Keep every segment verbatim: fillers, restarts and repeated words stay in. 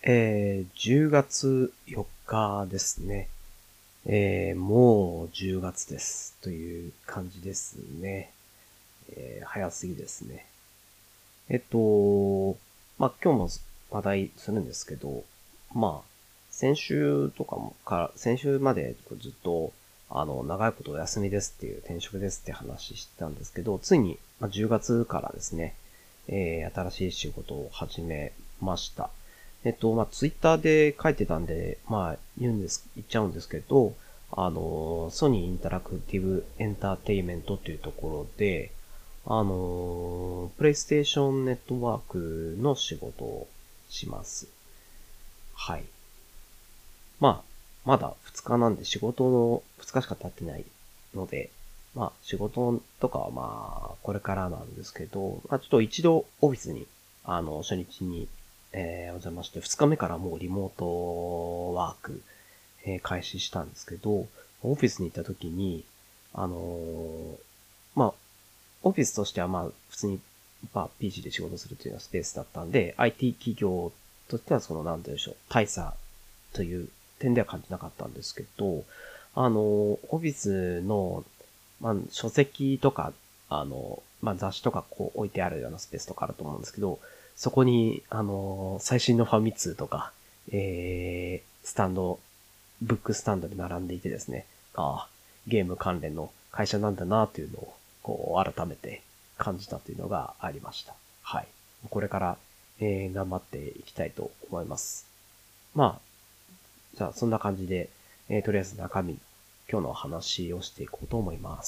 えー、じゅうがつよっかですね。えー、もうじゅうがつです。という感じですね。えー、早すぎですね。えっと、まあ、今日も話題するんですけど、まあ、先週とかもから、先週までずっと、あの、長いことお休みですっていう、転職ですって話してたんですけど、ついに、まあ、じゅうがつからですね、えー、新しい仕事を始めました。えっと、まあ、ツイッターで書いてたんで、まあ、言うんです、言っちゃうんですけど、あの、ソニーインタラクティブエンターテイメントというところで、あの、プレイステーションネットワークの仕事をします。はい。まあ、まだふつかなんで仕事のふつかしか経ってないので、まあ仕事とかはまあこれからなんですけど、まあちょっと一度オフィスに、あの、初日に、えー、お邪魔して、ふつかめからもうリモートワーク、えー開始したんですけど、オフィスに行った時に、あのーまあ、オフィスとしてはまあ普通に、まあ、ピーシー で仕事するというようなスペースだったんで、アイティー 企業としてはその、なんて言うんでしょう、大差という点では感じなかったんですけど、あの、オフィスの、まあ、書籍とか、あの、まあ、雑誌とかこう置いてあるようなスペースとかあると思うんですけど、そこに、あの、最新のファミ通とか、えー、スタンド、ブックスタンドで並んでいてですね、ああ、ゲーム関連の会社なんだなというのを、こう、改めて感じたというのがありました。はい。これから、えー、頑張っていきたいと思います。まあ、じゃあ、そんな感じで、えー、とりあえず中身、今日の話をしていこうと思います。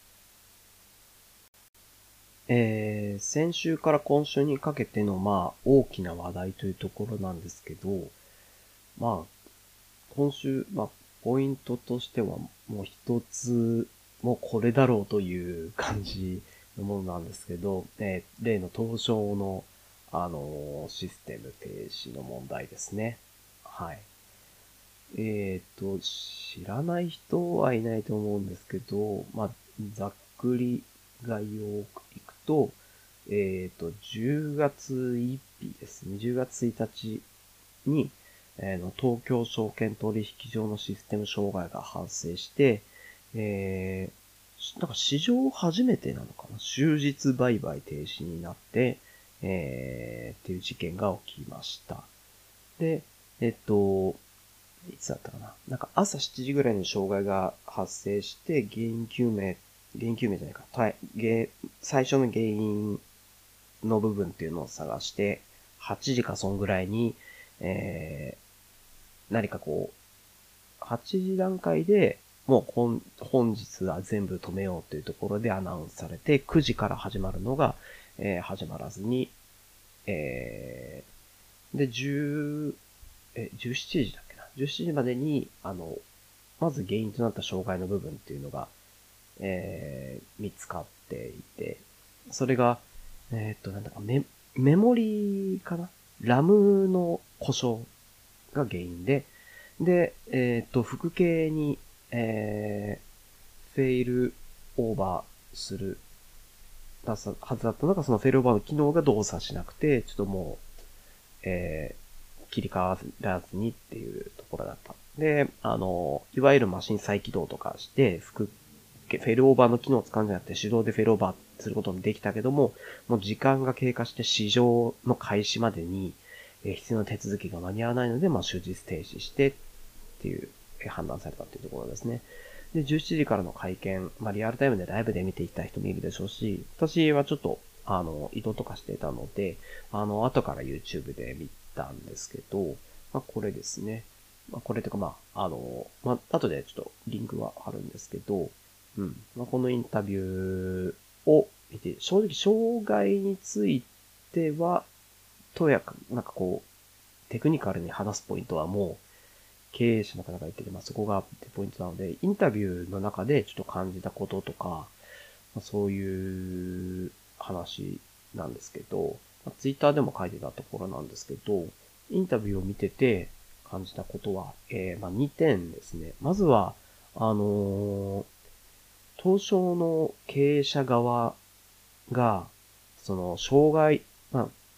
えー、先週から今週にかけての、まあ、大きな話題というところなんですけど、まあ、今週、まあ、ポイントとしては、もう一つ、もうこれだろうという感じのものなんですけど、えー例の東証の、あのーシステム停止の問題ですね。はい。えっと、知らない人はいないと思うんですけど、まあ、ざっくり概要をいくと、えっと、じゅうがつついたちですね。じゅうがつついたちに、えーの東京証券取引所のシステム障害が発生して、えー、なんか史上初めてなのかな、終日売買停止になって、えー、っていう事件が起きました。で、えっと、いつだったかな。なんか朝しちじぐらいに障害が発生して、原因究明、原因究明じゃないか、原最初の原因の部分っていうのを探して、はちじかそんぐらいに、えー、何かこう、はちじ段階で、もう本本日は全部止めようというところでアナウンスされて、くじから始まるのが、えー、始まらずに、えー、で、じゅう、え、じゅうしちじだっけな。じゅうしちじまでに、あの、まず原因となった障害の部分っていうのが、えー、見つかっていて、それが、えーっと、なんだかメ、メモリーかなラムの故障が原因で、で、えーっと、副系に、えー、フェイルオーバーする、出すはずだったのが、そのフェイルオーバーの機能が動作しなくて、ちょっともう、えー、切り替わらずにっていうところだった。で、あの、いわゆるマシン再起動とかして、副フェルオーバーの機能を使うんじゃなくて手動でフェルオーバーすることもできたけども、もう時間が経過して市場の開始までに、え必要な手続きが間に合わないので、まあ、終日停止してっていう、え判断されたっていうところですね。で、じゅうしちじからの会見、まあ、リアルタイムでライブで見ていた人もいるでしょうし、私はちょっと、あの、移動とかしていたので、あの、後から YouTube で見たんですけど、まあ、これですね。まあ、これとか、まあ、あの、まあ、後でちょっとリンクは貼るんですけど、うん。まあ、このインタビューを見て、正直、障害については、とやか、なんかこう、テクニカルに話すポイントはもう、経営者の方が言ってる、まあ、そこがポイントなので、インタビューの中でちょっと感じたこととか、まあ、そういう話なんですけど、まあ、ツイッターでも書いてたところなんですけど、インタビューを見てて感じたことは、えー、まあ、にてんですね。まずは、あのー東証の経営者側が、その、障害、まあ、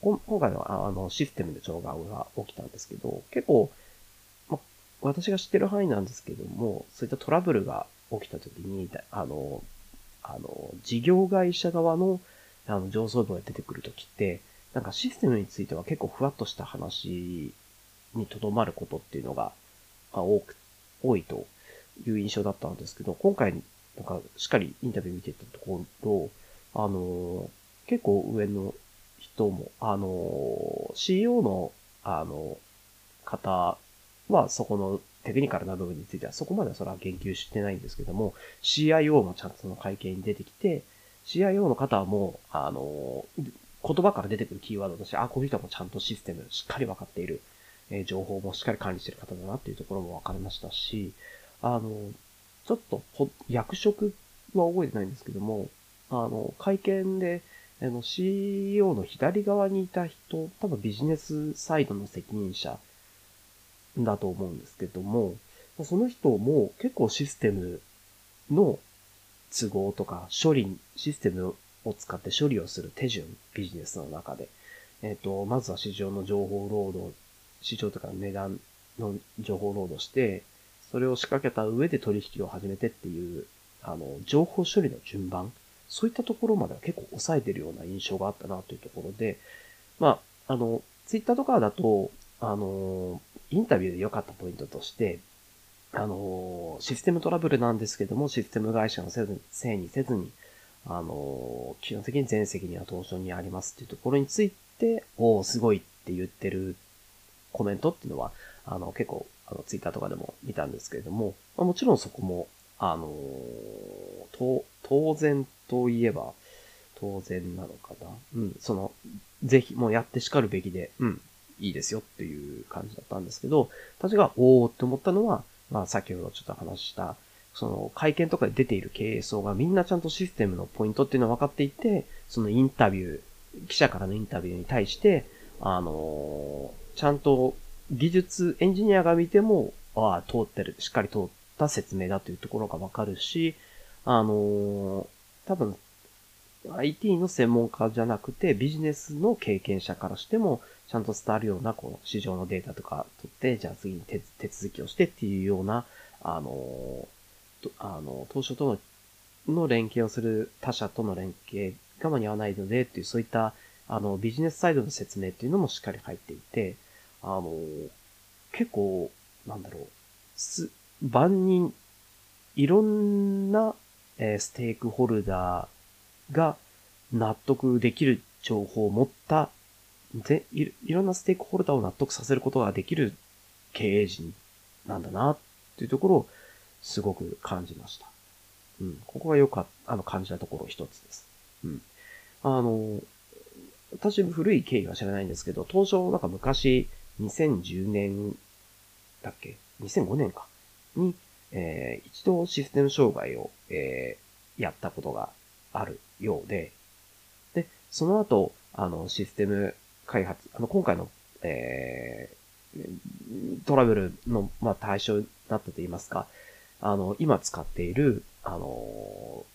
こん今回はああのシステムで障害が起きたんですけど、結構、ま、私が知ってる範囲なんですけども、そういったトラブルが起きた時に、だあの、あの、事業会社側の、あの、上層部が出てくる時って、なんかシステムについては結構ふわっとした話にとどまることっていうのが、まあ、多く、多いという印象だったんですけど、今回、なんか、しっかりインタビュー見てたところ、あの、結構上の人も、あの、シーイーオー の、あの、方は、そこのテクニカルな部分については、そこまではそれは言及してないんですけども、シーアイオー もちゃんとその会見に出てきて、シーアイオー の方はもう、あの、言葉から出てくるキーワードとして、あ、こういう人はもうちゃんとシステムしっかり分かっている、えー情報もしっかり管理している方だなっていうところも分かりましたし、あの、ちょっとほ、役職は覚えてないんですけども、あの、会見で、あの、シーイーオー の左側にいた人、多分ビジネスサイドの責任者だと思うんですけども、その人も結構システムの都合とか処理、システムを使って処理をする手順、ビジネスの中で。えっ、と、まずは市場の情報ロード、市場とか値段の情報ロードして、それを仕掛けた上で取引を始めてっていう、あの、情報処理の順番、そういったところまでは結構抑えてるような印象があったなというところで、まあ、あの、ツイッターとかだと、あの、インタビューで良かったポイントとして、あの、システムトラブルなんですけども、システム会社のせいせいにせずに、あの、基本的に全責任は東証にありますっていうところについて、おー、すごいって言ってるコメントっていうのは、あの、結構、あの、ツイッターとかでも見たんですけれども、まあ、もちろんそこも、あの、と、当然といえば、当然なのかな。うん、その、ぜひ、もうやって叱るべきで、うん、いいですよっていう感じだったんですけど、私が、おーって思ったのは、まあ、先ほどちょっと話した、その、会見とかで出ている経営層がみんなちゃんとシステムのポイントっていうのは分かっていて、そのインタビュー、記者からのインタビューに対して、あのーちゃんと技術、エンジニアが見ても、ああ、通ってる、しっかり通った説明だというところが分かるし、あのー多分、アイティー の専門家じゃなくて、ビジネスの経験者からしても、ちゃんと伝わるような、こう、市場のデータとか取って、じゃあ次に手手続きをしてっていうような、あの、とあの、当初とのの連携をする他社との連携が間に合わないので、っていう、そういった、あの、ビジネスサイドの説明っていうのもしっかり入っていて、あの、結構、なんだろう、す、万人、いろんな、えーステークホルダーが納得できる情報を持った、でい、いろんなステークホルダーを納得させることができる経営陣なんだな、っていうところをすごく感じました。うん。ここがよくああの感じたところ一つです。うん。あの、私古い経緯は知らないんですけど、東証なんか昔にせんじゅうねんだっけ ?にせんご 年か。に、えー、一度システム障害を、えー、やったことがあるようで、で、その後、あの、システム開発、あの、今回の、えー、トラブルの、まあ、対象になったと言いますか、あの、今使っている、あの、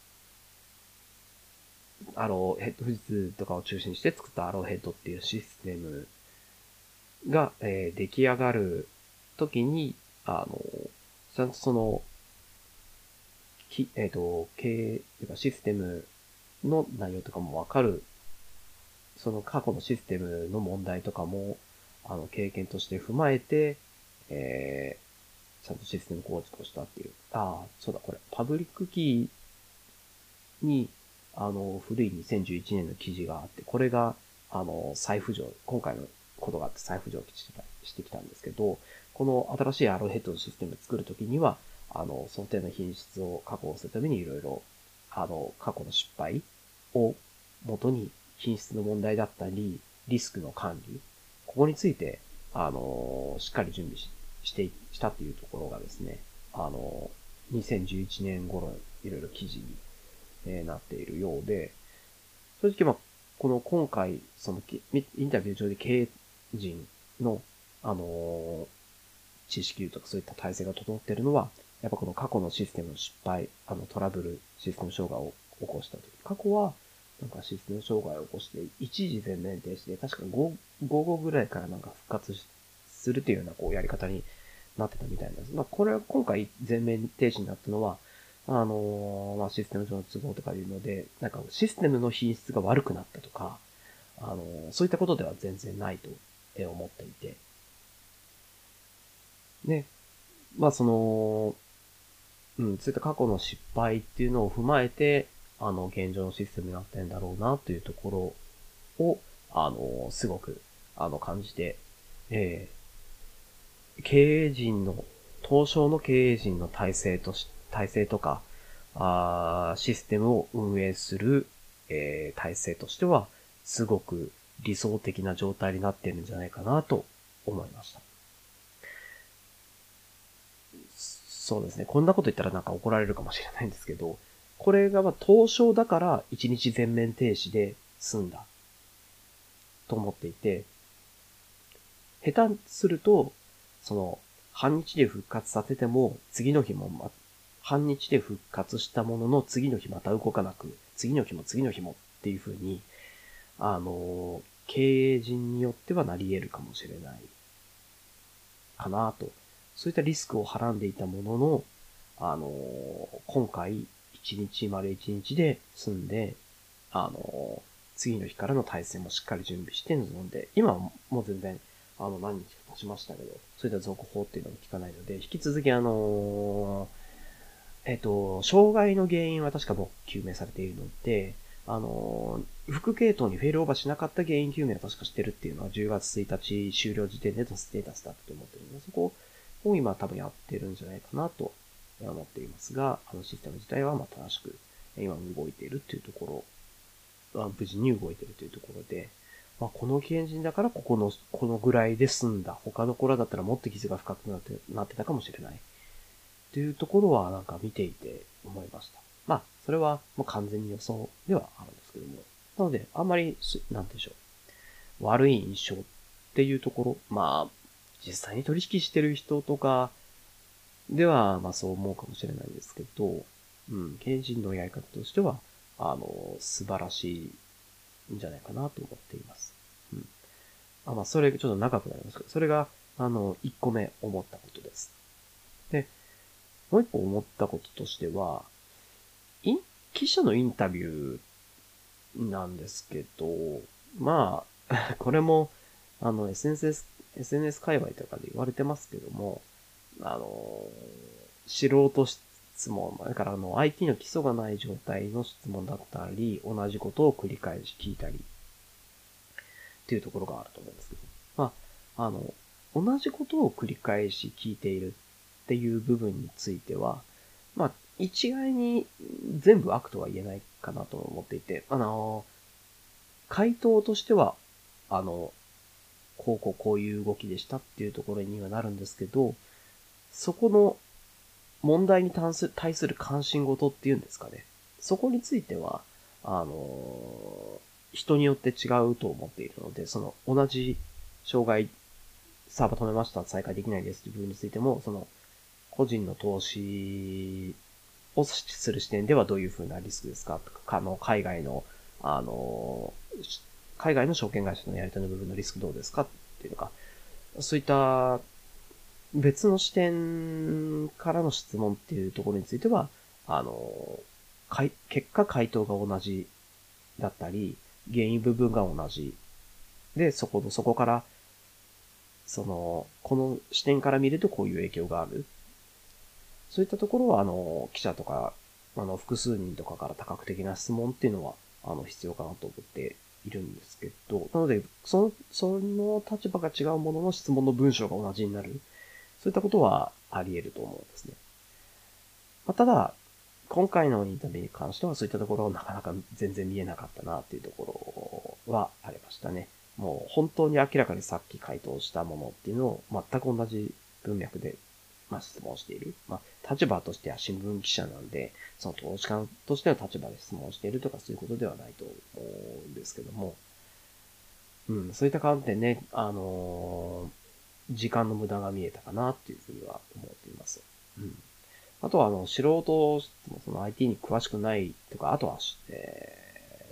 アローヘッド富士通とかを中心にして作ったアローヘッドっていうシステムが、えー、出来上がる時に、あの、ちゃんとその、き、えっ、と、経営、というかシステムの内容とかもわかる、その過去のシステムの問題とかも、あの、経験として踏まえて、えー、ちゃんとシステム構築をしたっていう。ああ、そうだ、これ、パブリックキーに、あの、古いにせんじゅういちねんの記事があって、これが、あの、再浮上、今回のことがあって再浮上してたしてきたんですけど、この新しいアローヘッドのシステムを作るときには、あの、想定の品質を確保するためにいろいろ、あの、過去の失敗を元に品質の問題だったり、リスクの管理、ここについて、あの、しっかり準備しして、したっていうところがですね、あの、にせんじゅういちねん頃いろいろ記事に、えーなっているようで、正直まあ、この今回、そのインタビュー上で経営陣の、あのー知識とかそういった体制が整っているのは、やっぱこの過去のシステムの失敗、あのトラブル、システム障害を起こしたとき。過去は、 なんかシステム障害を起こして、一時全面停止で、確かご、午後ぐらいからなんか復活するというようなこうやり方になってたみたいなんです。まあ、これは今回全面停止になったのは、あのー、まあ、システム上の都合とかいうので、なんかシステムの品質が悪くなったとか、あのー、そういったことでは全然ないと思っていて。で、まあその、うん、そういった過去の失敗っていうのを踏まえて、あの、現状のシステムになってんだろうなというところを、あの、すごく、あの、感じて、えー、経営陣の、東証の経営陣の体制とし、体制とか、あシステムを運営する、えー、体制としては、すごく理想的な状態になっているんじゃないかなと思いました。そうですね。こんなこと言ったらなんか怒られるかもしれないんですけど、これがまあ東証だからいちにち全面停止で済んだと思っていて、下手すると、その、半日で復活させても、次の日も、ま、半日で復活したものの、次の日また動かなく、次の日も次の日もっていう風に、あの、経営陣によってはなり得るかもしれないかなと。そういったリスクをはらんでいたものの、あの、今回、一日丸一日で済んで、あの、次の日からの対戦もしっかり準備して臨んで、今はもう全然、あの、何日か経ちましたけど、そういった続報っていうのも聞かないので、引き続きあのえっと、障害の原因は確かもう究明されているので、あの、副系統にフェールオーバーしなかった原因究明は確かしてるっていうのはじゅうがつついたち終了時点でのステータスだったと思ってるので、そこを今多分やってるんじゃないかなと思っていますが、あのシステム自体はまあ正しく今動いているっていうところ、無事に動いているというところで、まあ、このエンジンだからここの、このぐらいで済んだ。他の子らだったらもっと傷が深くなって、なってたかもしれない。っていうところはなんか見ていて思いました。まあ、それはもう完全に予想ではあるんですけども。なので、あんまり、なんてでしょう。悪い印象っていうところ、まあ、実際に取引してる人とかでは、まあそう思うかもしれないですけど、うん、経営陣のやり方としては、あの、素晴らしいんじゃないかなと思っています。うん。あ、まあ、それちょっと長くなりますけど、それが、あの、一個目思ったことです。で、もう一個思ったこととしては、イン、記者のインタビューなんですけど、まあ、これも、あの、エスエヌエス、エスエヌエス 界隈とかで言われてますけども、あの、素人質問、だからあの、アイティー の基礎がない状態の質問だったり、同じことを繰り返し聞いたり、っていうところがあると思うんですけど、まあ、あの、同じことを繰り返し聞いているっていう部分については、まあ、一概に全部悪とは言えないかなと思っていて、あの、回答としては、あの、こうこうこういう動きでしたっていうところにはなるんですけど、そこの問題に対する対する関心事っていうんですかね。そこについては、あの、人によって違うと思っているので、その同じ障害、サーバー止めました、再開できないですという部分についても、その個人の投資をする視点ではどういうふうなリスクですかとか、あの、海外の、あの、海外の証券会社のやり取りの部分のリスクどうですかっていうのか、そういった別の視点からの質問っていうところについては、あの、結果回答が同じだったり、原因部分が同じ。で、そこの、そこから、その、この視点から見るとこういう影響がある。そういったところは、あの、記者とか、あの、複数人とかから多角的な質問っていうのは、あの、必要かなと思っているんですけど、なので、その、その立場が違うものの質問の文章が同じになる。そういったことはあり得ると思うんですね。まあ、ただ、今回のインタビューに関してはそういったところなかなか全然見えなかったなっていうところはありましたね。もう本当に明らかにさっき回答したものっていうのを全く同じ文脈で、まあ、質問している。まあ、立場としては新聞記者なんで、その投資家としての立場で質問しているとかそういうことではないと思うんですけども、うん、そういった観点ね、あのー、時間の無駄が見えたかなっていうふうには思っています。うん。あとは、あの、素人、その アイティー に詳しくないとか、あとは、え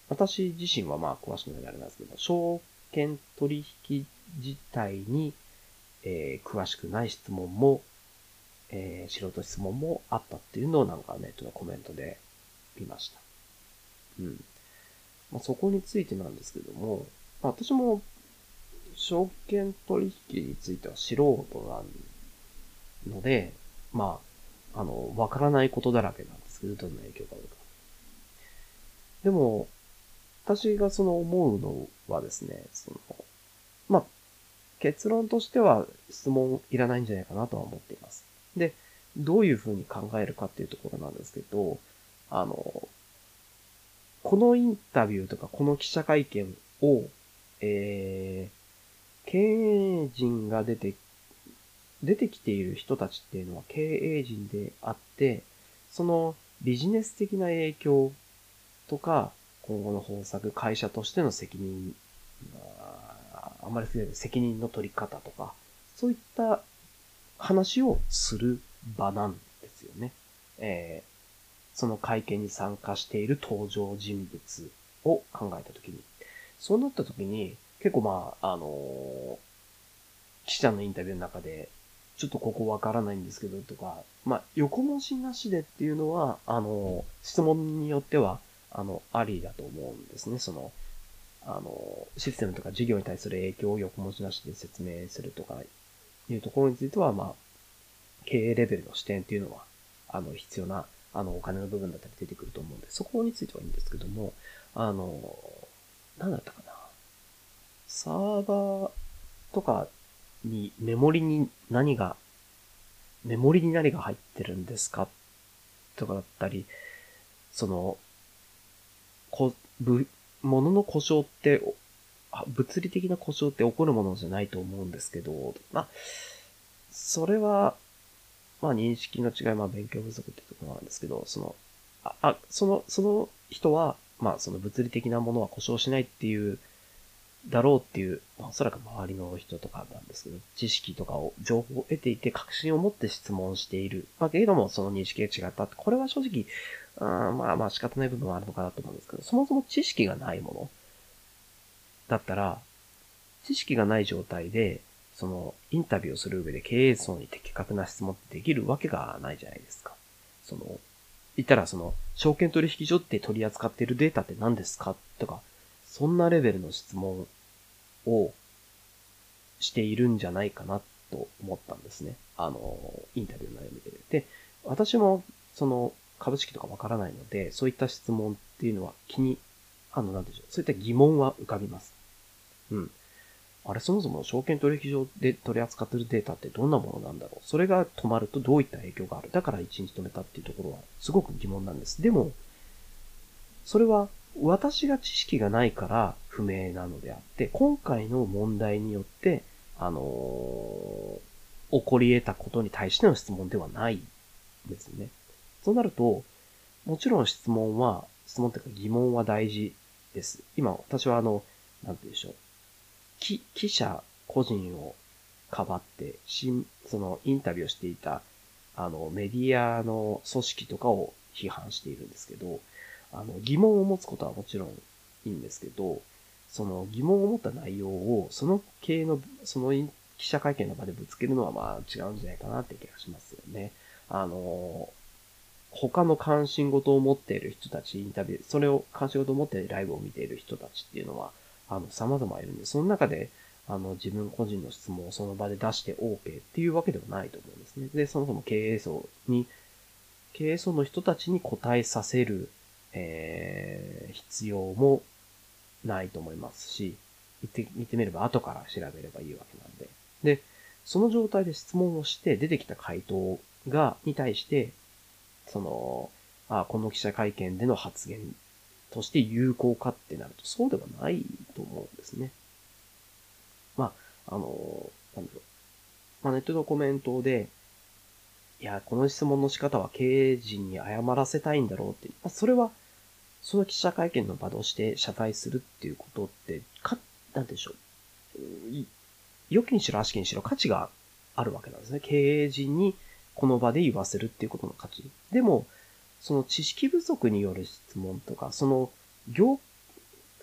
私自身はまあ詳しくないあれなんですけど、証券取引自体に、えー、詳しくない質問も、えー、素人質問もあったっていうのをなんかネットのコメントで見ました。うん。まあ、そこについてなんですけども、まあ、私も証券取引については素人なので、まあ、あの、わからないことだらけなんですけど、どんな影響があるか。でも、私がその思うのはですね、その、まあ、結論としては質問いらないんじゃないかなとは思っています。で、どういうふうに考えるかっていうところなんですけど、あの、このインタビューとかこの記者会見を、えー、経営陣が出て、出てきている人たちっていうのは経営陣であって、そのビジネス的な影響とか、今後の方策、会社としての責任、ああまりすぎない責任の取り方とか、そういった話をする場なんですよね。えー、その会見に参加している登場人物を考えたときに。そうなったときに、結構まあ、あのー、記者のインタビューの中で、ちょっとここわからないんですけどとか、まあ、横文字なしでっていうのは、あのー、質問によっては、あの、ありだと思うんですね。その、あの、システムとか事業に対する影響を横文字なしで説明するとかいうところについては、まあ、経営レベルの視点っていうのは、あの、必要な、あの、お金の部分だったり出てくると思うんで、そこについてはいいんですけども、あの、なんだったかな。サーバーとかにメモリに何が、メモリに何が入ってるんですかとかだったり、その、こ、ぶ、物の故障って、物理的な故障って起こるものじゃないと思うんですけど、まあ、それは、まあ認識の違い、まあ勉強不足ってところなんですけど、その、あ、あその、その人は、まあその物理的なものは故障しないっていう、だろうっていう、まあおそらく周りの人とかなんですけど、知識とかを、情報を得ていて確信を持って質問している。まあけれどもその認識が違ったって、これは正直、あまあまあ仕方ない部分はあるのかなと思うんですけど、そもそも知識がないものだったら、知識がない状態で、その、インタビューをする上で経営層に的確な質問ってできるわけがないじゃないですか。その、言ったらその、証券取引所って取り扱っているデータって何ですかとか、そんなレベルの質問をしているんじゃないかなと思ったんですね。あの、インタビューの内容を見てて。で、私も、その、株式とかわからないので、そういった質問っていうのは気に、あの、なんでしょう。そういった疑問は浮かびます。うん。あれ、そもそも証券取引所で取り扱っているデータってどんなものなんだろう。それが止まるとどういった影響がある。だから一日止めたっていうところはすごく疑問なんです。でも、それは私が知識がないから不明なのであって、今回の問題によって、あのー、起こり得たことに対しての質問ではないんですよね。そうなると、もちろん質問は、質問というか疑問は大事です。今、私はあの、なんて言うんでしょう。記記者個人をかばって、そのインタビューをしていた、あの、メディアの組織とかを批判しているんですけど、あの、疑問を持つことはもちろんいいんですけど、その疑問を持った内容を、その系の、その記者会見の場でぶつけるのはまあ違うんじゃないかなって気がしますよね。あの、他の関心事を持っている人たち、インタビュー、それを関心事を持ってライブを見ている人たちっていうのは、あの、様々いるんで、その中で、あの、自分個人の質問をその場で出して OK っていうわけではないと思うんですね。で、そもそも経営層に、経営層の人たちに答えさせる、えー、必要もないと思いますし、見て、見てみれば後から調べればいいわけなんで。で、その状態で質問をして出てきた回答が、に対して、その、あこの記者会見での発言として有効かってなると、そうではないと思うんですね。まあ、あの、なんだろう。まあ、ネットのコメントで、いや、この質問の仕方は経営陣に謝らせたいんだろうって、まあ、それは、その記者会見の場として謝罪するっていうことって、か、なんでしょう。良きにしろ悪しきにしろ価値があるわけなんですね。経営陣にこの場で言わせるっていうことの価値。でも、その知識不足による質問とか、その業、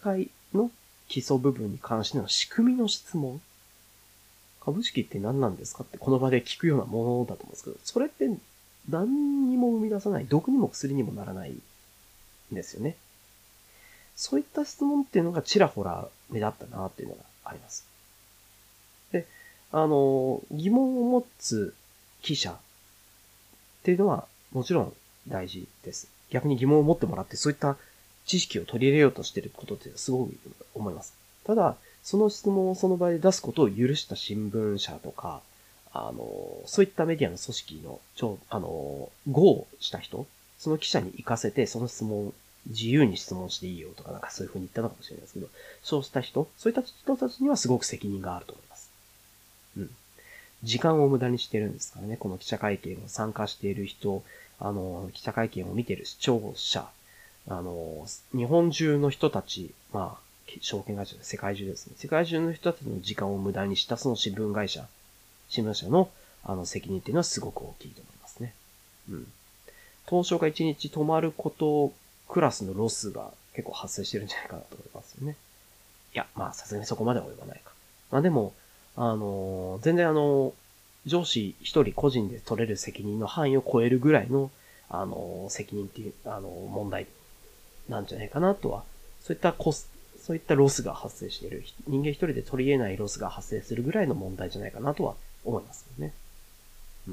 会の基礎部分に関しての仕組みの質問。株式って何なんですかってこの場で聞くようなものだと思うんですけど、それって何にも生み出さない、毒にも薬にもならないんですよね。そういった質問っていうのがちらほら目立ったなっていうのがあります。で、あの、疑問を持つ記者っていうのはもちろん大事です。逆に疑問を持ってもらってそういった知識を取り入れようとしていることってすごく思います。ただ、その質問をその場で出すことを許した新聞社とか、あの、そういったメディアの組織の、超、あの、合をした人、その記者に行かせて、その質問、自由に質問していいよとか、なんかそういう風に言ったのかもしれないですけど、そうした人、そういった人たちにはすごく責任があると思います。うん。時間を無駄にしてるんですからね、この記者会見を参加している人、あの、記者会見を見ている視聴者、あの、日本中の人たち、まあ、証券会社で世界中ですね。世界中の人たちの時間を無駄にしたその新聞会社、新聞社のあの責任っていうのはすごく大きいと思いますね。うん。東証がいちにち止まることクラスのロスが結構発生してるんじゃないかなと思いますよね。いや、まあさすがにそこまでは及ばないか。まあでも、あのー、全然あの、上司一人個人で取れる責任の範囲を超えるぐらいの、あのー、責任っていう、あのー、問題なんじゃないかなとは、そういったコス、そういったロスが発生している、人間一人で取り得ないロスが発生するぐらいの問題じゃないかなとは思いますよね。うん。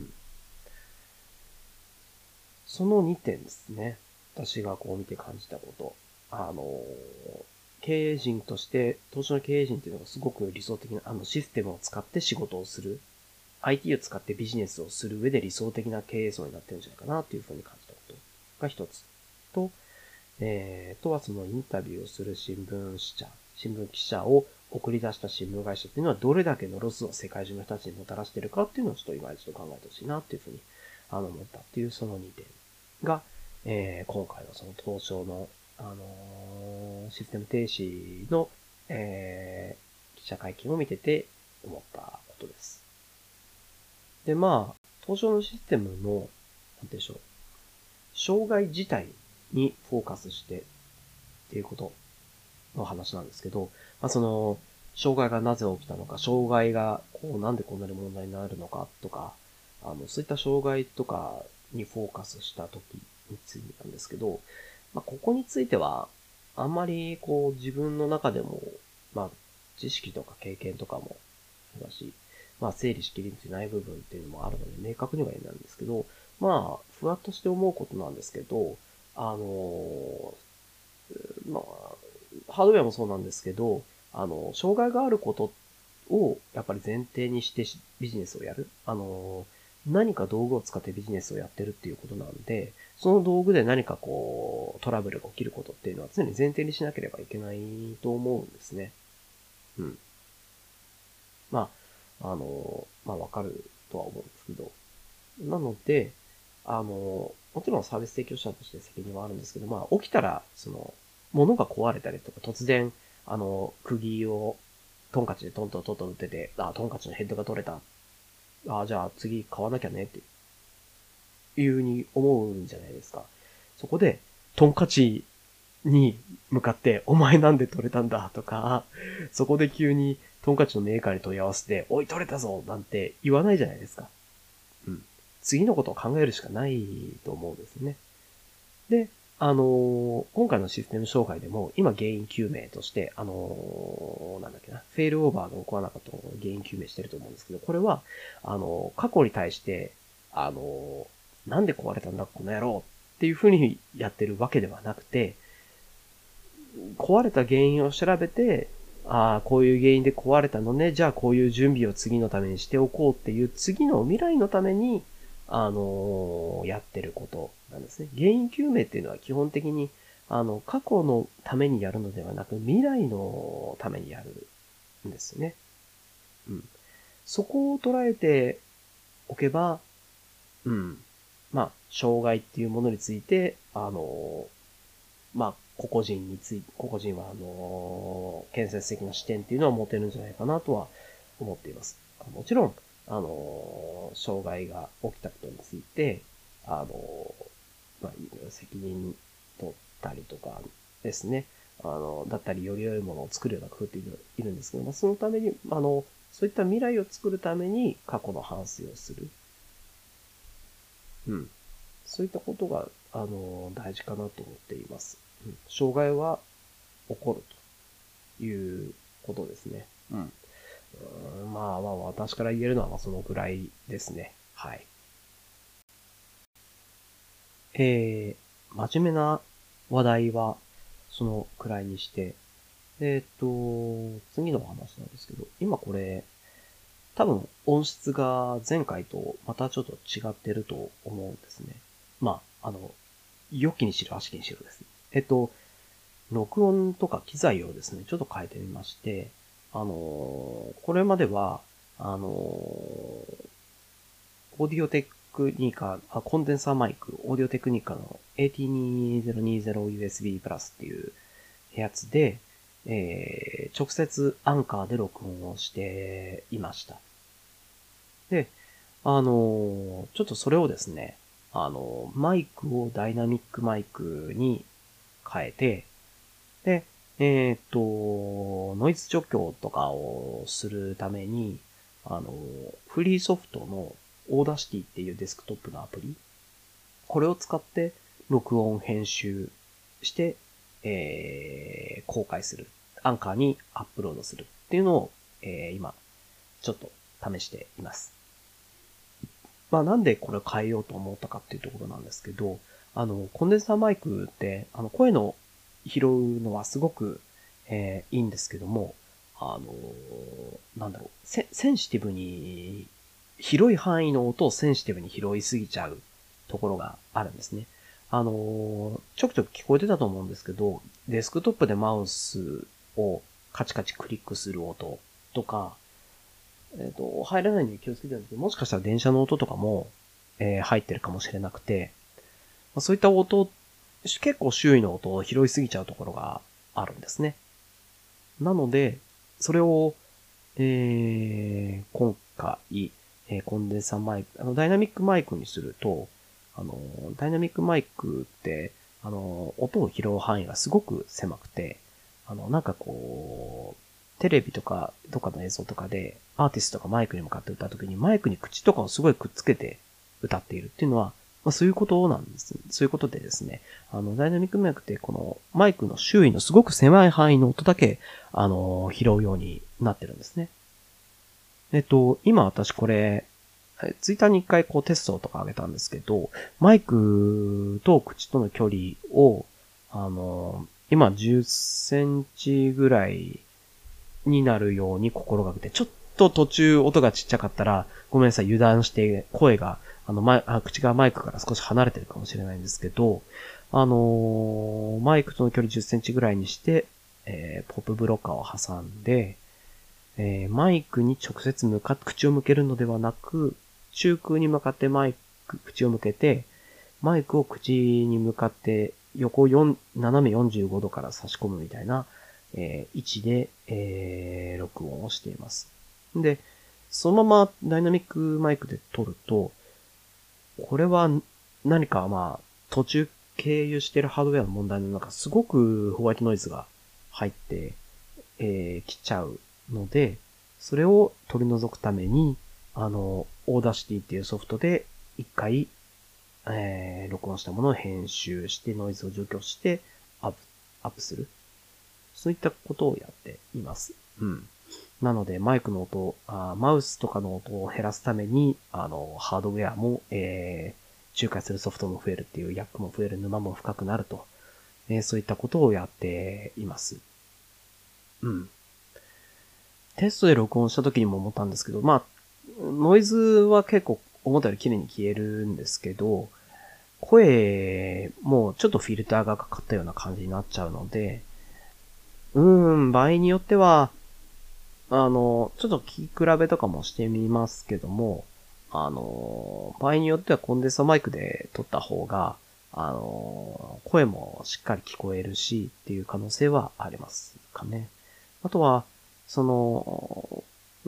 そのにてんですね。私がこう見て感じたこと。あの、経営陣として、当初の経営陣っていうのがすごく理想的な、あの、システムを使って仕事をする。アイティー を使ってビジネスをする上で理想的な経営層になってるんじゃないかなっていうふうに感じたことが一つ。と、えー、とはそのインタビューをする新聞社、新聞記者を送り出した新聞会社っていうのはどれだけのロスを世界中の人たちにもたらしているかっていうのをちょっと今一度考えてほしいなっていうふうにあの思ったっていうそのにてんが、えー、今回のその東証の、あのー、システム停止の、えー、記者会見を見てて思ったことです。で、まあ、東証のシステムの、なんでしょう、障害自体にフォーカスしてっていうことの話なんですけど、まあ、その、障害がなぜ起きたのか、障害がこうなんでこんなに問題になるのかとか、あの、そういった障害とかにフォーカスした時についてなんですけど、まあ、ここについては、あんまりこう自分の中でも、まあ、知識とか経験とかもだし、まあ、整理しきりにない部分っていうのもあるので、明確には言えないんですけど、まあ、ふわっとして思うことなんですけど、あの、まあ、ハードウェアもそうなんですけど、あの、障害があることをやっぱり前提にしてビジネスをやる。あの、何か道具を使ってビジネスをやってるっていうことなんで、その道具で何かこう、トラブルが起きることっていうのは常に前提にしなければいけないと思うんですね。うん。まあ、あの、まあわかるとは思うんですけど。なので、あの、もちろんサービス提供者として責任はあるんですけど、まあ起きたら、その、物が壊れたりとか、突然、あの、釘をトンカチでトントントントン打ってて、あ、トンカチのヘッドが取れた。あ、じゃあ次買わなきゃねっていうふうに思うんじゃないですか。そこで、トンカチに向かって、お前なんで取れたんだとか、そこで急にトンカチのメーカーに問い合わせて、おい取れたぞなんて言わないじゃないですか。うん。次のことを考えるしかないと思うんですね。で、あのー、今回のシステム障害でも、今原因究明として、あのー、なんだっけな、フェールオーバーが起こらなかったのを原因究明してると思うんですけど、これは、あのー、過去に対して、あのー、なんで壊れたんだ、この野郎っていうふうにやってるわけではなくて、壊れた原因を調べて、ああ、こういう原因で壊れたのね。じゃあこういう準備を次のためにしておこうっていう次の未来のために、あのー、やってることなんですね。原因究明っていうのは基本的に、あの、過去のためにやるのではなく、未来のためにやるんですね。うん。そこを捉えておけば、うん。まあ、障害っていうものについて、あのー、まあ、個々人について、個々人は、あのー、建設的な視点っていうのは持てるんじゃないかなとは思っています。もちろん、あのー、障害が起きたことについて、あのー、まあ、責任取ったりとかですね。 あの、だったり、より良いものを作るような工夫っているいるんですけども、そのために、あの、そういった未来を作るために過去の反省をする。うん。そういったことが、あの、大事かなと思っています。うん。障害は起こるということですね。うん。うーんまあまあ、私から言えるのはそのぐらいですね。はい。えー、真面目な話題はそのくらいにして、えっと、次のお話なんですけど、今これ、多分音質が前回とまたちょっと違ってると思うんですね。まあ、あの、良きにしろ悪しきにしろですね。えっと、録音とか機材をですね、ちょっと変えてみまして、あのこれまでは、あのオーディオテクニカ、あ、コンデンサーマイク、オーディオテクニカの エーティーにせんにじゅうユーエスビー プラスっていうやつで、えー、直接アンカーで録音をしていました。で、あのーちょっとそれをですね、あのーマイクをダイナミックマイクに変えて、で、えっと、ノイズ除去とかをするために、あのーフリーソフトのオーダーシティっていうデスクトップのアプリ、これを使って録音編集して、えー、公開する。アンカーにアップロードするっていうのを、えー、今、ちょっと試しています。まあなんでこれを変えようと思ったかっていうところなんですけど、あの、コンデンサーマイクって、あの、声の拾うのはすごく、えー、いいんですけども、あの、なんだろう、セセンシティブに、広い範囲の音をセンシティブに拾いすぎちゃうところがあるんですね。あの、ちょくちょく聞こえてたと思うんですけど、デスクトップでマウスをカチカチクリックする音とか、えっと、入らないように気をつけてるんですけど、もしかしたら電車の音とかも、えー入ってるかもしれなくて、まあそういった音、結構周囲の音を拾いすぎちゃうところがあるんですね。なので、それを、えー、今回、えーコンデンサーマイク、あの、ダイナミックマイクにすると、あの、ダイナミックマイクって、あの、音を拾う範囲がすごく狭くて、あの、なんかこう、テレビとか、とかの映像とかで、アーティストがマイクに向かって歌うときに、マイクに口とかをすごいくっつけて歌っているっていうのは、まあそういうことなんです。そういうことでですね、あの、ダイナミックマイクってこのマイクの周囲のすごく狭い範囲の音だけ、あの、拾うようになってるんですね。えっと、今私これ、ツイッターに一回こうテストとか上げたんですけど、マイクと口との距離を、あの、今じゅっセンチぐらいになるように心がけて、ちょっと途中音がちっちゃかったら、ごめんなさい、油断して声が、あの、マあ口がマイクから少し離れてるかもしれないんですけど、あのーマイクとの距離じゅっセンチぐらいにして、えー、ポップブロッカーを挟んで、えー、マイクに直接向かって口を向けるのではなく、中空に向かってマイク、口を向けて、マイクを口に向かって横よん、斜めよんじゅうごどから差し込むみたいな、えー位置で、えー録音をしています。で、そのままダイナミックマイクで撮ると、これは何かまあ、途中経由しているハードウェアの問題の中、すごくホワイトノイズが入って、えー、来ちゃうので、それを取り除くために、あの、オーダーシティっていうソフトで一回、えー、録音したものを編集してノイズを除去してアップ、アップする。そういったことをやっています。うん。なので、マイクの音、あマウスとかの音を減らすために、あの、ハードウェアも、えー、仲介するソフトも増えるっていう、ヤックも増える、沼も深くなると、えー、そういったことをやっています。うん。テストで録音した時にも思ったんですけど、まあ、ノイズは結構思ったより綺麗に消えるんですけど、声もちょっとフィルターがかかったような感じになっちゃうので、うーん、場合によっては、あの、ちょっと聞き比べとかもしてみますけども、あの、場合によってはコンデンサーマイクで撮った方が、あの、声もしっかり聞こえるしっていう可能性はありますかね。あとは、その、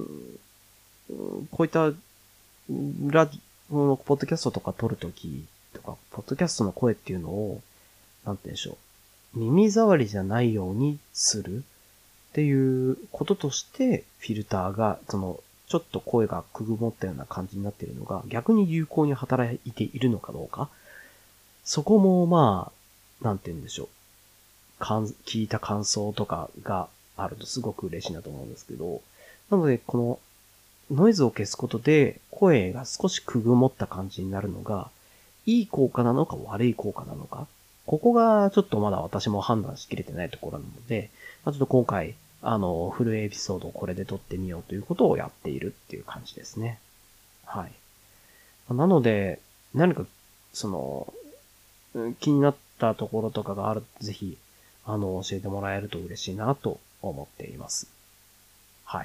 こういったラジオ、ポッドキャストとか撮るときとか、ポッドキャストの声っていうのを、なんて言うんでしょう。 耳障りじゃないようにするっていうこととして、フィルターが、その、ちょっと声がくぐもったような感じになっているのが、逆に有効に働いているのかどうか。そこも、まあ、なんて言うんでしょう。聞いた感想とかがあるとすごく嬉しいなと思うんですけど、なので、このノイズを消すことで声が少しくぐもった感じになるのが、いい効果なのか悪い効果なのか、ここがちょっとまだ私も判断しきれてないところなので、まあ、ちょっと今回、あの、フルエピソードをこれで撮ってみようということをやっているっていう感じですね。はい。なので、何か、その、気になったところとかがあると、ぜひ、あの、教えてもらえると嬉しいなと思っています。はい。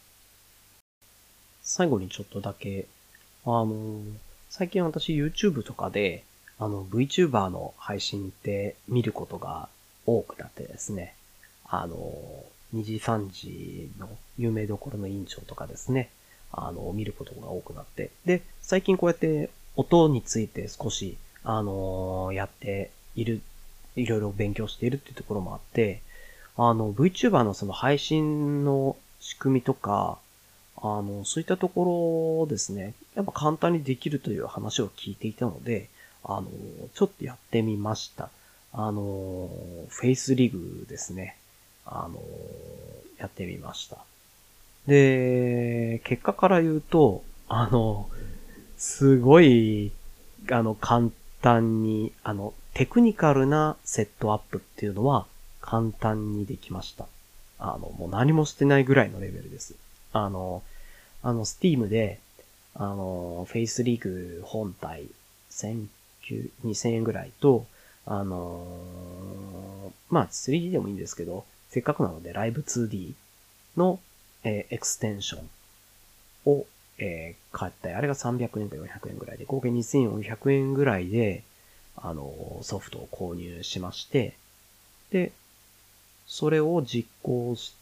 最後にちょっとだけ、あの、最近私 YouTube とかで、あの、VTuber の配信って見ることが多くなってですね、あの、にじさんじの有名どころの委員長とかですね、あの、見ることが多くなって、で、最近こうやって音について少し、あの、やっている、いろいろ勉強しているっていうところもあって、あの、VTuber のその配信の仕組みとか、あの、そういったところですね、やっぱ簡単にできるという話を聞いていたので、あの、ちょっとやってみました。あの、フェイスリグですね。あの、やってみました。で、結果から言うと、あの、すごい、あの、簡単に、あの、テクニカルなセットアップっていうのは簡単にできました。あの、もう何もしてないぐらいのレベルです。あの、あの、スティームで、あの、フェイスリーグ本体、せんきゅう、にせんえんぐらいと、あのまあ、スリーディー でもいいんですけど、せっかくなのでライブ ツーディー の、えーエクステンションを、えー買った。あれがさんびゃくえんかよんひゃくえんぐらいで、合計にせんよんひゃくえんぐらいで、あの、ソフトを購入しまして、で、それを実行して、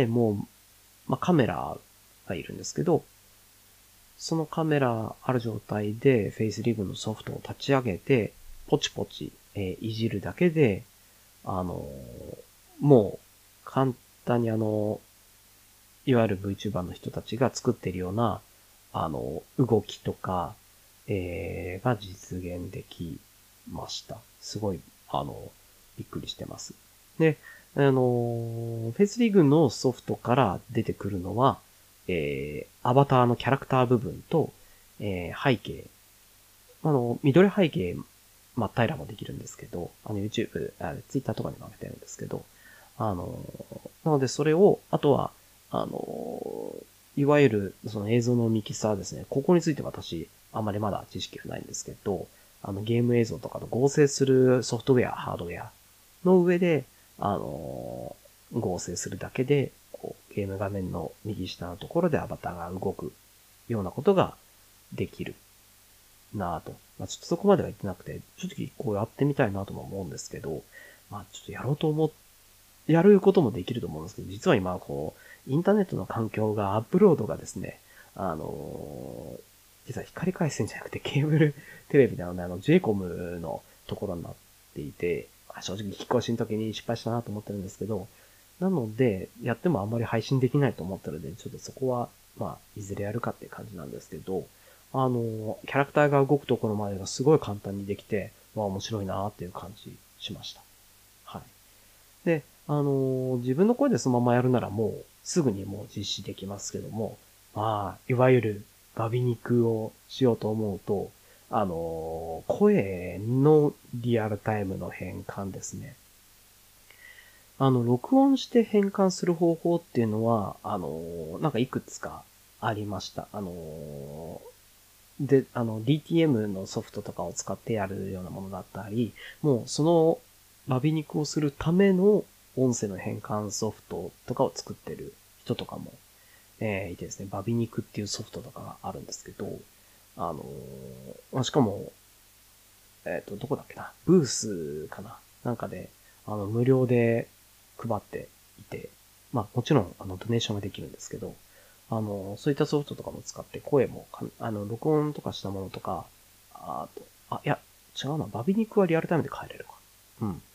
もう、まあ、カメラがいるんですけど、そのカメラある状態で FaceRig のソフトを立ち上げて、ポチポチ、えーいじるだけで、あのーもう簡単にあの、いわゆる VTuber の人たちが作っているような、あの、動きとか、えー、が実現できました。すごい、あの、びっくりしてます。で、あの、フェイスリーグのソフトから出てくるのは、えー、アバターのキャラクター部分と、えー、背景。あの、緑背景、真っ平らもできるんですけど、あの YouTube、あ Twitter とかにも上げてるんですけど、あの、なのでそれを、あとは、あの、いわゆるその映像のミキサーですね。ここについて私、あまりまだ知識がないんですけど、あのゲーム映像とかと合成するソフトウェア、ハードウェアの上で、あの、合成するだけで、こう、ゲーム画面の右下のところでアバターが動くようなことができるなぁと。まあ、ちょっとそこまでは言ってなくて、正直こうやってみたいなとも思うんですけど、まあ、ちょっとやろうと思っやることもできると思うんですけど、実は今、こう、インターネットの環境が、アップロードがですね、あのー、実は光回線じゃなくてケーブルテレビなので、あの、ジェイコム のところになっていて、正直引っ越しの時に失敗したなと思ってるんですけど、なので、やってもあんまり配信できないと思ったので、ちょっとそこは、まあ、いずれやるかっていう感じなんですけど、あの、キャラクターが動くところまでがすごい簡単にできて、まあ面白いなっていう感じしました。はい。で、あのー自分の声でそのままやるならもうすぐにもう実施できますけども、まあ、いわゆるバビ肉をしようと思うと、あのー声のリアルタイムの変換ですね。あの、録音して変換する方法っていうのは、あのーなんかいくつかありました。あのーで、あの、ディーティーエム のソフトとかを使ってやるようなものだったり、もうそのバビ肉をするための音声の変換ソフトとかを作ってる人とかも、えー、いてですね、バビ肉っていうソフトとかがあるんですけど、あのーしかも、えっ、と、どこだっけな、ブースかななんかで、あの、無料で配っていて、まあ、もちろん、あの、ドネーションができるんですけど、あの、そういったソフトとかも使って声もか、あの、録音とかしたものとか、あと、あ、いや、違うな、バビ肉はリアルタイムで変えれるか。うん。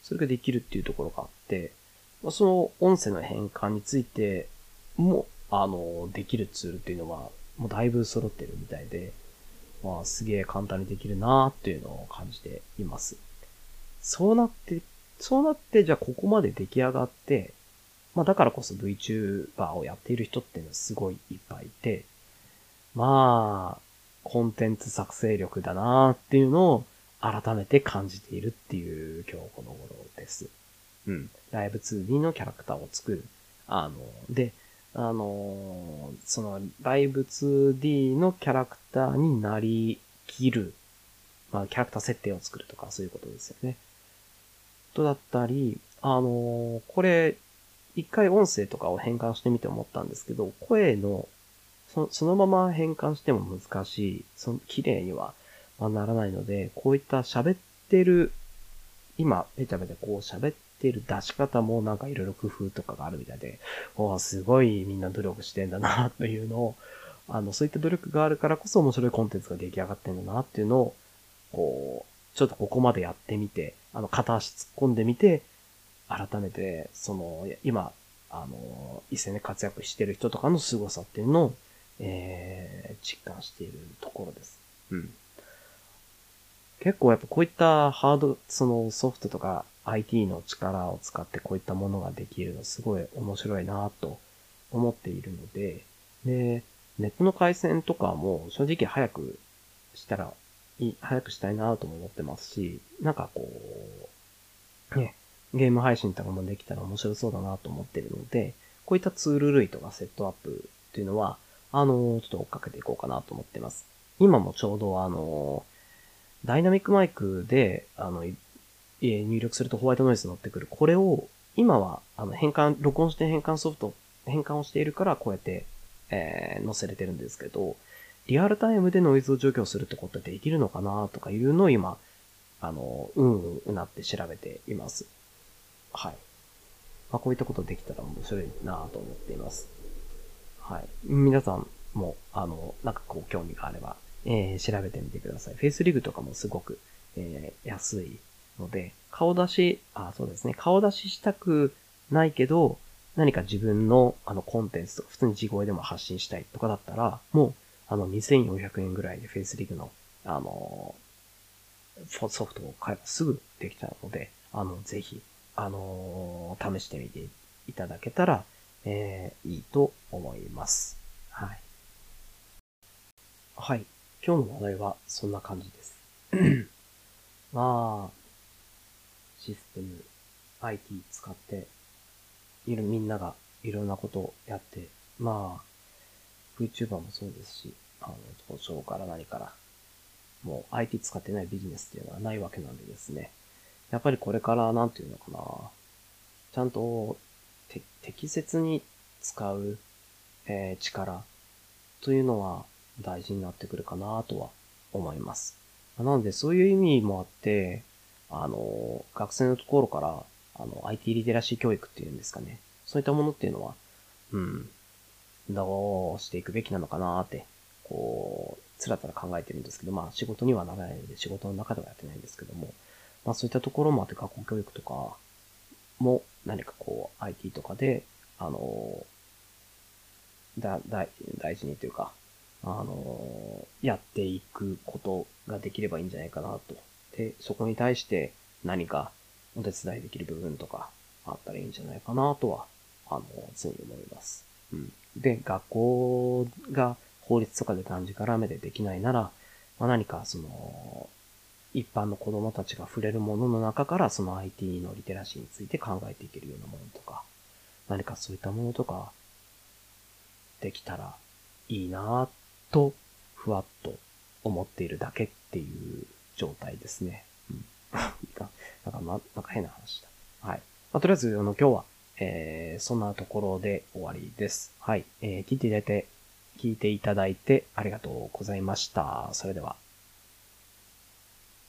それができるっていうところがあって、その音声の変換についても、あの、できるツールっていうのは、もうだいぶ揃ってるみたいで、まあ、すげえ簡単にできるなーっていうのを感じています。そうなって、そうなって、じゃあここまで出来上がって、まあだからこそ VTuber をやっている人っていうのはすごいいっぱいいて、まあ、コンテンツ作成力だなーっていうのを改めて感じているっていう今日この頃です。うん。ライブ ツーディー のキャラクターを作る。あの、で、あの、そのライブ ツーディー のキャラクターになりきる。まあ、キャラクター設定を作るとかそういうことですよね。とだったり、あの、これ、一回音声とかを変換してみて思ったんですけど、声のそそのまま変換しても難しい、その綺麗にはならないので、こういった喋ってる、今、ペチャペチャこう喋ってる出し方もなんかいろいろ工夫とかがあるみたいで、おすごいみんな努力してんだなというのを、あの、そういった努力があるからこそ面白いコンテンツが出来上がってんだなっていうのを、こう、ちょっとここまでやってみて、あの、片足突っ込んでみて、改めて、その、今、あの、一斉に活躍してる人とかの凄さっていうのを、えー、実感しているところです。うん。結構やっぱこういったハード、そのソフトとか アイティー の力を使ってこういったものができるのすごい面白いなと思っているので、で、ネットの回線とかも正直早くしたらいい、早くしたいなとも思ってますし、なんかこう、ね、ゲーム配信とかもできたら面白そうだなと思ってるので、こういったツール類とかセットアップっていうのは、あの、ちょっと追っかけていこうかなと思ってます。今もちょうどあの、ダイナミックマイクで、あの、入力するとホワイトノイズ乗ってくる。これを、今は、あの、変換、録音して変換ソフト、変換をしているから、こうやって、えー、載せれてるんですけど、リアルタイムでノイズを除去するってことってできるのかなとかいうのを今、あの、うんうんなって調べています。はい。まあ、こういったことできたら面白いなと思っています。はい。皆さんも、あの、なんかこう興味があれば、えー、調べてみてください。フェイスリグとかもすごく、えー、安いので、顔出し、あ、そうですね。顔出ししたくないけど、何か自分のあのコンテンツとか普通に地声でも発信したいとかだったら、もう、あの、にせんよんひゃくえんぐらいでフェイスリグの、あのー、ソフトを買えばすぐできちゃうので、あの、ぜひ、あのー、試してみていただけたら、えー、いいと思います。はい。はい。今日の話題はそんな感じです。まあ、システム、アイティー 使って、いるみんながいろんなことをやって、まあ、VTuber もそうですし、あの、東証から何から、もう アイティー 使ってないビジネスっていうのはないわけなんでですね。やっぱりこれからなんていうのかな、ちゃんと適切に使う、えー、力というのは大事になってくるかなとは思います。なのでそういう意味もあって、あの、学生のところから、あの、アイティー リテラシー教育っていうんですかね。そういったものっていうのは、うん、どうしていくべきなのかなって、こう、つらつら考えてるんですけど、まあ仕事にはならないので仕事の中ではやってないんですけども、まあそういったところもあって学校教育とかも何かこう アイティー とかで、あの、だ、だ、大事にというか、あの、やっていくことができればいいんじゃないかなと。で、そこに対して何かお手伝いできる部分とかあったらいいんじゃないかなとは、あの、常に思います。うん。で、学校が法律とかでがんじがらめでできないなら、まあ、何かその、一般の子供たちが触れるものの中からその アイティー のリテラシーについて考えていけるようなものとか、何かそういったものとか、できたらいいなぁと、ふわっと思っているだけっていう状態ですね。うん。なんか、ま、なんか変な話だ。はい。まあ、とりあえず、あの、今日は、えー、そんなところで終わりです。はい。えー、聞いていただいて、聞いていただいてありがとうございました。それでは。